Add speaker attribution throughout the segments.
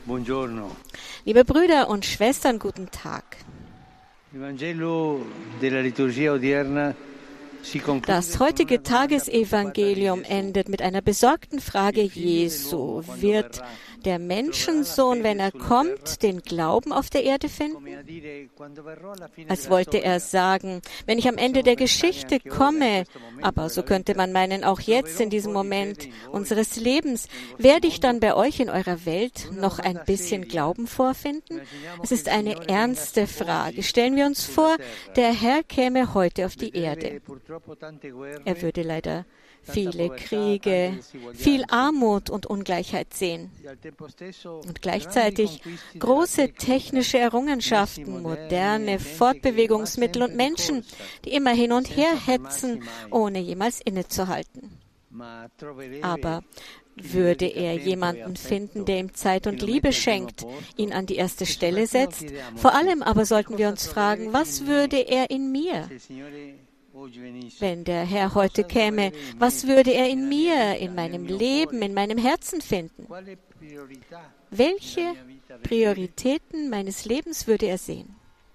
Speaker 1: Buongiorno.
Speaker 2: Liebe Brüder und Schwestern, guten Tag. Das heutige Tagesevangelium endet mit einer besorgten Frage Jesu. Wird der Menschensohn, wenn er kommt, den Glauben auf der Erde finden? Als wollte er sagen, wenn ich am Ende der Geschichte komme, aber so könnte man meinen, auch jetzt in diesem Moment unseres Lebens, werde ich dann bei euch in eurer Welt noch ein bisschen Glauben vorfinden? Es ist eine ernste Frage. Stellen wir uns vor, der Herr käme heute auf die Erde. Er würde leider viele Kriege, viel Armut und Ungleichheit sehen. Und gleichzeitig große technische Errungenschaften, moderne Fortbewegungsmittel und Menschen, die immer hin und her hetzen, ohne jemals innezuhalten. Aber würde er jemanden finden, der ihm Zeit und Liebe schenkt, ihn an die erste Stelle setzt? Vor allem aber sollten wir uns fragen, was würde er in mir? Wenn der Herr heute käme, was würde er in mir, in meinem Leben, in meinem Herzen finden? Welche Prioritäten meines Lebens würde er sehen?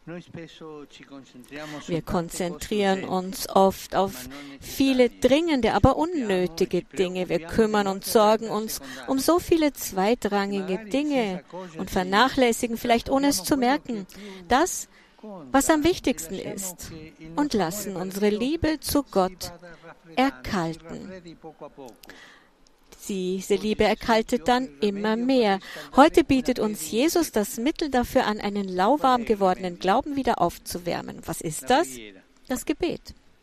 Speaker 2: Wir konzentrieren uns oft auf viele dringende, aber unnötige Dinge. Wir kümmern und sorgen uns um so viele zweitrangige Dinge und vernachlässigen vielleicht, ohne es zu merken, das, was am wichtigsten ist, und lassen unsere Liebe zu Gott erkalten. Diese Liebe erkaltet dann immer mehr. Heute bietet uns Jesus das Mittel dafür an, einen lauwarm gewordenen Glauben wieder aufzuwärmen. Was ist das? Das Gebet.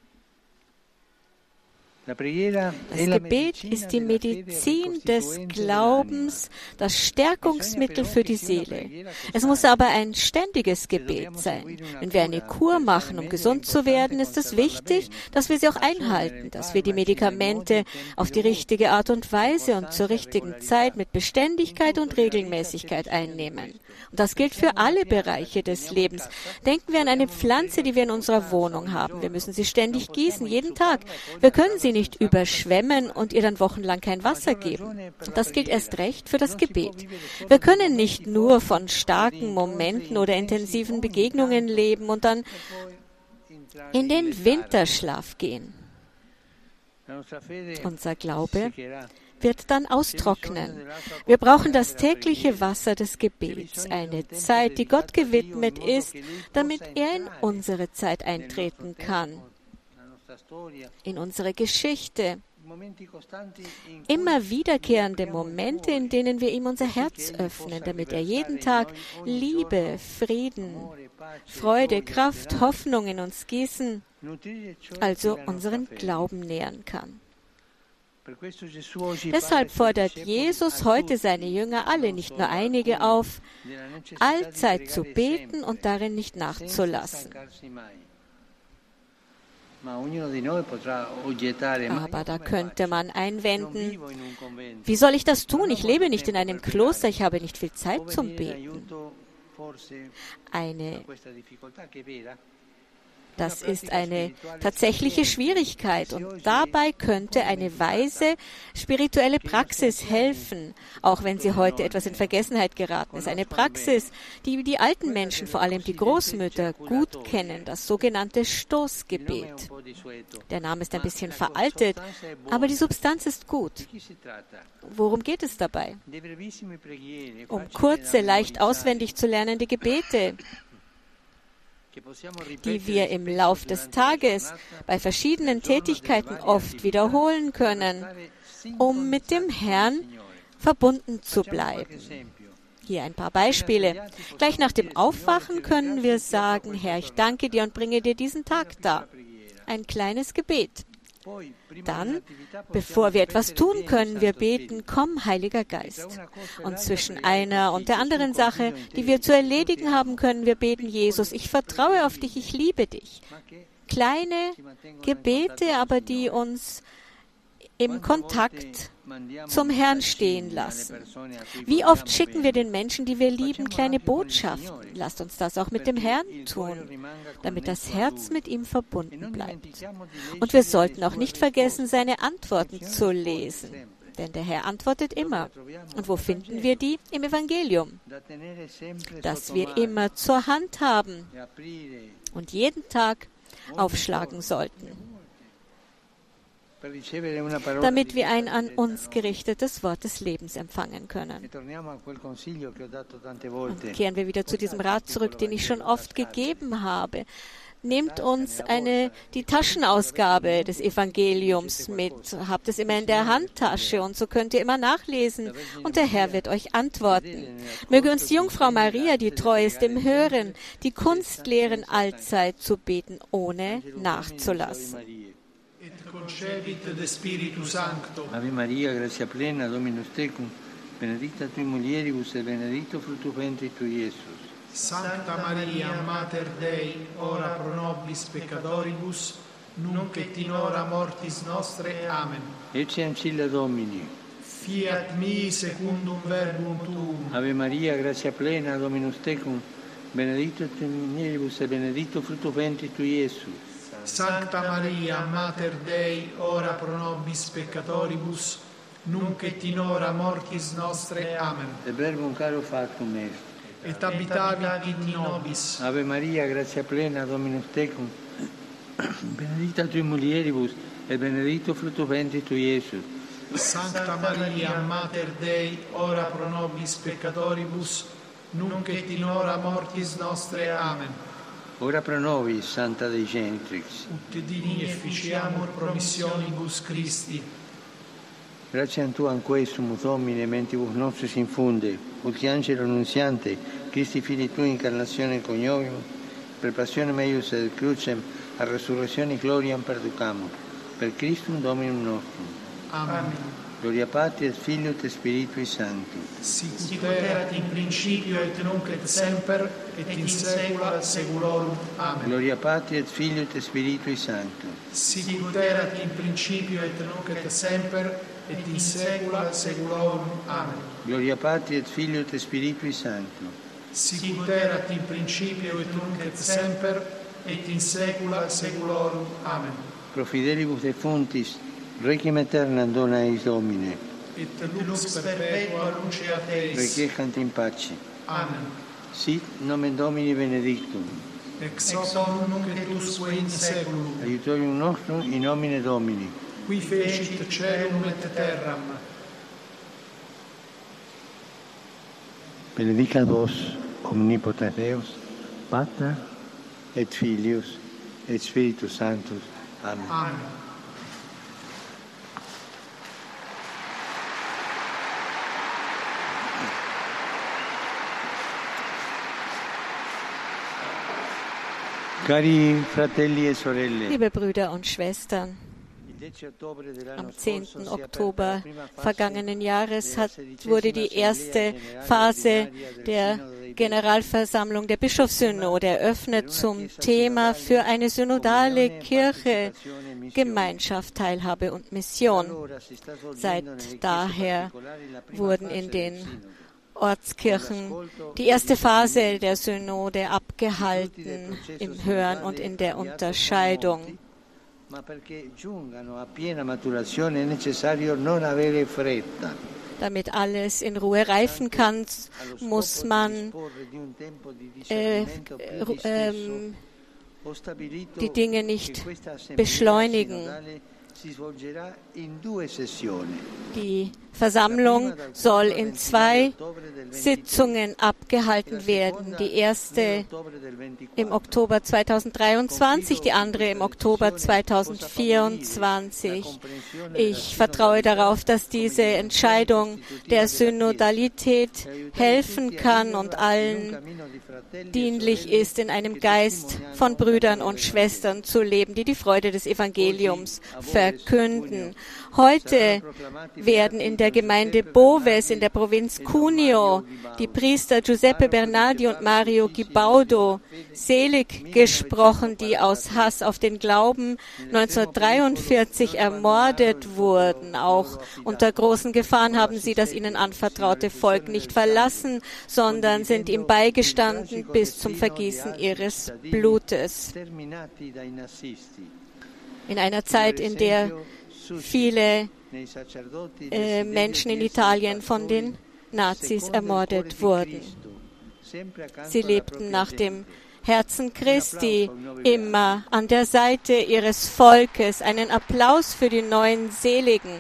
Speaker 2: Das Gebet ist die Medizin des Glaubens, das Stärkungsmittel für die Seele. Es muss aber ein ständiges Gebet sein. Wenn wir eine Kur machen, um gesund zu werden, ist es wichtig, dass wir sie auch einhalten, dass wir die Medikamente auf die richtige Art und Weise und zur richtigen Zeit mit Beständigkeit und Regelmäßigkeit einnehmen. Und das gilt für alle Bereiche des Lebens. Denken wir an eine Pflanze, die wir in unserer Wohnung haben. Wir müssen sie ständig gießen, jeden Tag. Wir können sie nicht überschwemmen und ihr dann wochenlang kein Wasser geben. Das gilt erst recht für das Gebet. Wir können nicht nur von starken Momenten oder intensiven Begegnungen leben und dann in den Winterschlaf gehen. Unser Glaube wird dann austrocknen. Wir brauchen das tägliche Wasser des Gebets, eine Zeit, die Gott gewidmet ist, damit er in unsere Zeit eintreten kann, in unsere Geschichte. Immer wiederkehrende Momente, in denen wir ihm unser Herz öffnen, damit er jeden Tag Liebe, Frieden, Freude, Kraft, Hoffnung in uns gießen, also unseren Glauben nähern kann. Deshalb fordert Jesus heute seine Jünger alle, nicht nur einige, auf, allzeit zu beten und darin nicht nachzulassen. Aber da könnte man einwenden, wie soll ich das tun? Ich lebe nicht in einem Kloster, ich habe nicht viel Zeit zum Beten. Das ist eine tatsächliche Schwierigkeit und dabei könnte eine weise spirituelle Praxis helfen, auch wenn sie heute etwas in Vergessenheit geraten ist. Eine Praxis, die die alten Menschen, vor allem die Großmütter, gut kennen, das sogenannte Stoßgebet. Der Name ist ein bisschen veraltet, aber die Substanz ist gut. Worum geht es dabei? Um kurze, leicht auswendig zu lernende Gebete, die wir im Lauf des Tages bei verschiedenen Tätigkeiten oft wiederholen können, um mit dem Herrn verbunden zu bleiben. Hier ein paar Beispiele. Gleich nach dem Aufwachen können wir sagen, Herr, ich danke dir und bringe dir diesen Tag dar. Ein kleines Gebet. Dann, bevor wir etwas tun, können wir beten, komm, Heiliger Geist. Und zwischen einer und der anderen Sache, die wir zu erledigen haben, können wir beten, Jesus, ich vertraue auf dich, ich liebe dich. Kleine Gebete, aber die uns im Kontakt zum Herrn stehen lassen. Wie oft schicken wir den Menschen, die wir lieben, kleine Botschaften? Lasst uns das auch mit dem Herrn tun, damit das Herz mit ihm verbunden bleibt. Und wir sollten auch nicht vergessen, seine Antworten zu lesen. Denn der Herr antwortet immer. Und wo finden wir die? Im Evangelium. Das wir immer zur Hand haben und jeden Tag aufschlagen sollten, damit wir ein an uns gerichtetes Wort des Lebens empfangen können. Und kehren wir wieder zu diesem Rat zurück, den ich schon oft gegeben habe. Nehmt uns die Taschenausgabe des Evangeliums mit, habt es immer in der Handtasche und so könnt ihr immer nachlesen und der Herr wird euch antworten. Möge uns die Jungfrau Maria, die treu ist im Hören, die Kunst lehren, allzeit zu beten, ohne nachzulassen.
Speaker 1: Et concebit de Spiritu Sancto.
Speaker 3: Ave Maria, gratia plena, Dominus tecum, benedicta tui mulieribus et benedictus fructus ventris tui, Iesus.
Speaker 1: Sancta Maria, Mater Dei, ora pro nobis peccatoribus, nunc et in hora mortis nostre. Amen.
Speaker 3: Ecce ancilla Domini.
Speaker 1: Fiat mi secundum verbum tuum.
Speaker 3: Ave Maria, gratia plena, Dominus tecum, benedictus tui mulieribus et benedictus fructus ventris tui, Iesus.
Speaker 1: Sancta Maria, Mater Dei, ora pro nobis peccatoribus, nunc et in hora mortis nostre. Amen.
Speaker 3: Et verbum caro factum est.
Speaker 1: Et habitavit in nobis.
Speaker 3: Ave Maria, gratia plena, Dominus tecum, benedicta tui mulieribus, et benedictus fructus ventris tui, Iesus.
Speaker 1: Sancta Maria, Mater Dei, ora pro nobis peccatoribus, nunc et in hora mortis nostre. Amen.
Speaker 3: Ora pro nobis, Santa Dei Genitrix.
Speaker 1: Ut digni efficiamur promissionibus Christi.
Speaker 3: Grazie a Tu anque sumus Domine, mentibus nostris infunde, ut angelo annunziante, Christi Fili Tui incarnazione coniovimus, per passione meius et crucem, a resurrezione gloriam perducamur, per Christum Dominum nostrum.
Speaker 1: Amen.
Speaker 3: Gloria Patri et Filio et Spiritui Sancti.
Speaker 1: Sicut erat in principio et nunc et semper et in saecula saeculorum. Amen.
Speaker 3: Gloria Patri et Filio et Spiritui Sancti.
Speaker 1: Sicut erat in principio et nunc et semper et in saecula saeculorum. Amen.
Speaker 3: Gloria Patri et Filio et Spiritui Sancti.
Speaker 1: Sicut erat in principio et nunc et semper et in saecula saeculorum. Amen.
Speaker 3: Pro fidelibus defuntis, requiem aeternam dona eis Domine.
Speaker 1: Et lux perpetua luce ad eis.
Speaker 3: Requiescant in pace.
Speaker 1: Amen.
Speaker 3: Sit nomen Domini benedictum.
Speaker 1: Ex hoc nunc et usque in saeculum.
Speaker 3: Aiutorium nostrum in nomine Domini.
Speaker 1: Qui fecit caelum et terram.
Speaker 3: Benedicat vos, omnipotens Deus, Pater et Filius et Spiritus Sanctus. Amen.
Speaker 1: Amen.
Speaker 3: Cari fratelli e sorelle,
Speaker 2: Liebe Brüder und Schwestern, am 10. Oktober vergangenen Jahres wurde die erste Phase der Generalversammlung der Bischofssynode eröffnet zum Thema für eine synodale Kirche, Gemeinschaft, Teilhabe und Mission. Seit daher wurden in den Ortskirchen die erste Phase der Synode abgehalten, im Hören und in der Unterscheidung. Damit alles in Ruhe reifen kann, muss man die Dinge nicht beschleunigen. Die Versammlung soll in 2 Sitzungen abgehalten werden. Die erste im Oktober 2023, die andere im Oktober 2024. Ich vertraue darauf, dass diese Entscheidung der Synodalität helfen kann und allen dienlich ist, in einem Geist von Brüdern und Schwestern zu leben, die die Freude des Evangeliums verkünden. Heute werden in der Gemeinde Boves in der Provinz Cuneo die Priester Giuseppe Bernardi und Mario Gibaudo selig gesprochen, die aus Hass auf den Glauben 1943 ermordet wurden. Auch unter großen Gefahren haben sie das ihnen anvertraute Volk nicht verlassen, sondern sind ihm beigestanden bis zum Vergießen ihres Blutes. In einer Zeit, in der viele Menschen in Italien von den Nazis ermordet wurden. Sie lebten nach dem Herzen Christi, immer an der Seite ihres Volkes. Einen Applaus für die neuen Seligen.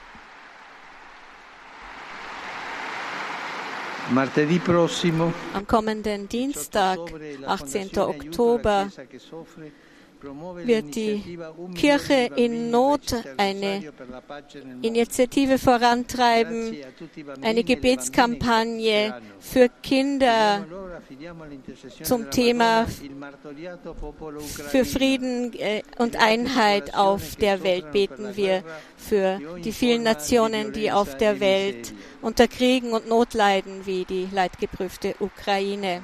Speaker 2: Am kommenden Dienstag, 18. Oktober, wird die Kirche in Not eine Initiative vorantreiben, eine Gebetskampagne für Kinder zum Thema für Frieden und Einheit auf der Welt. Beten wir für die vielen Nationen, die auf der Welt unter Kriegen und Not leiden, wie die leidgeprüfte Ukraine.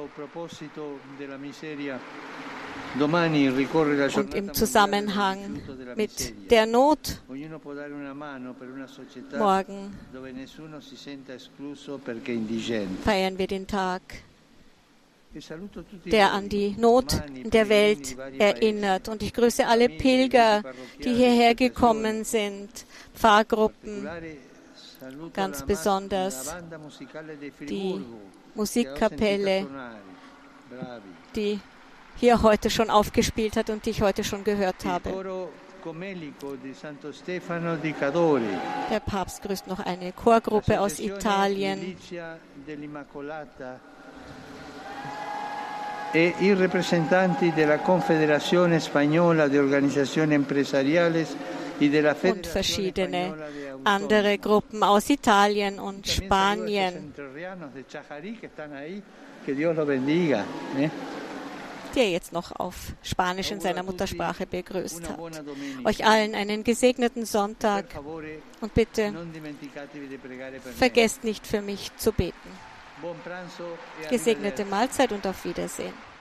Speaker 2: Und im Zusammenhang mit der Not morgen feiern wir den Tag, der an die Not in der Welt erinnert. Und ich grüße alle Pilger, die hierher gekommen sind, Pfarrgruppen, ganz besonders die Musikkapelle, die hier heute schon aufgespielt hat und die ich heute schon gehört habe. Der Papst grüßt noch eine Chorgruppe aus Italien.
Speaker 3: E i rappresentanti della Confederazione Spagnola di Organizzazioni Empresariales
Speaker 2: und verschiedene andere Gruppen aus Italien und Spanien, die er jetzt noch auf Spanisch in seiner Muttersprache begrüßt hat. Euch allen einen gesegneten Sonntag und bitte vergesst nicht für mich zu beten. Gesegnete Mahlzeit und auf Wiedersehen.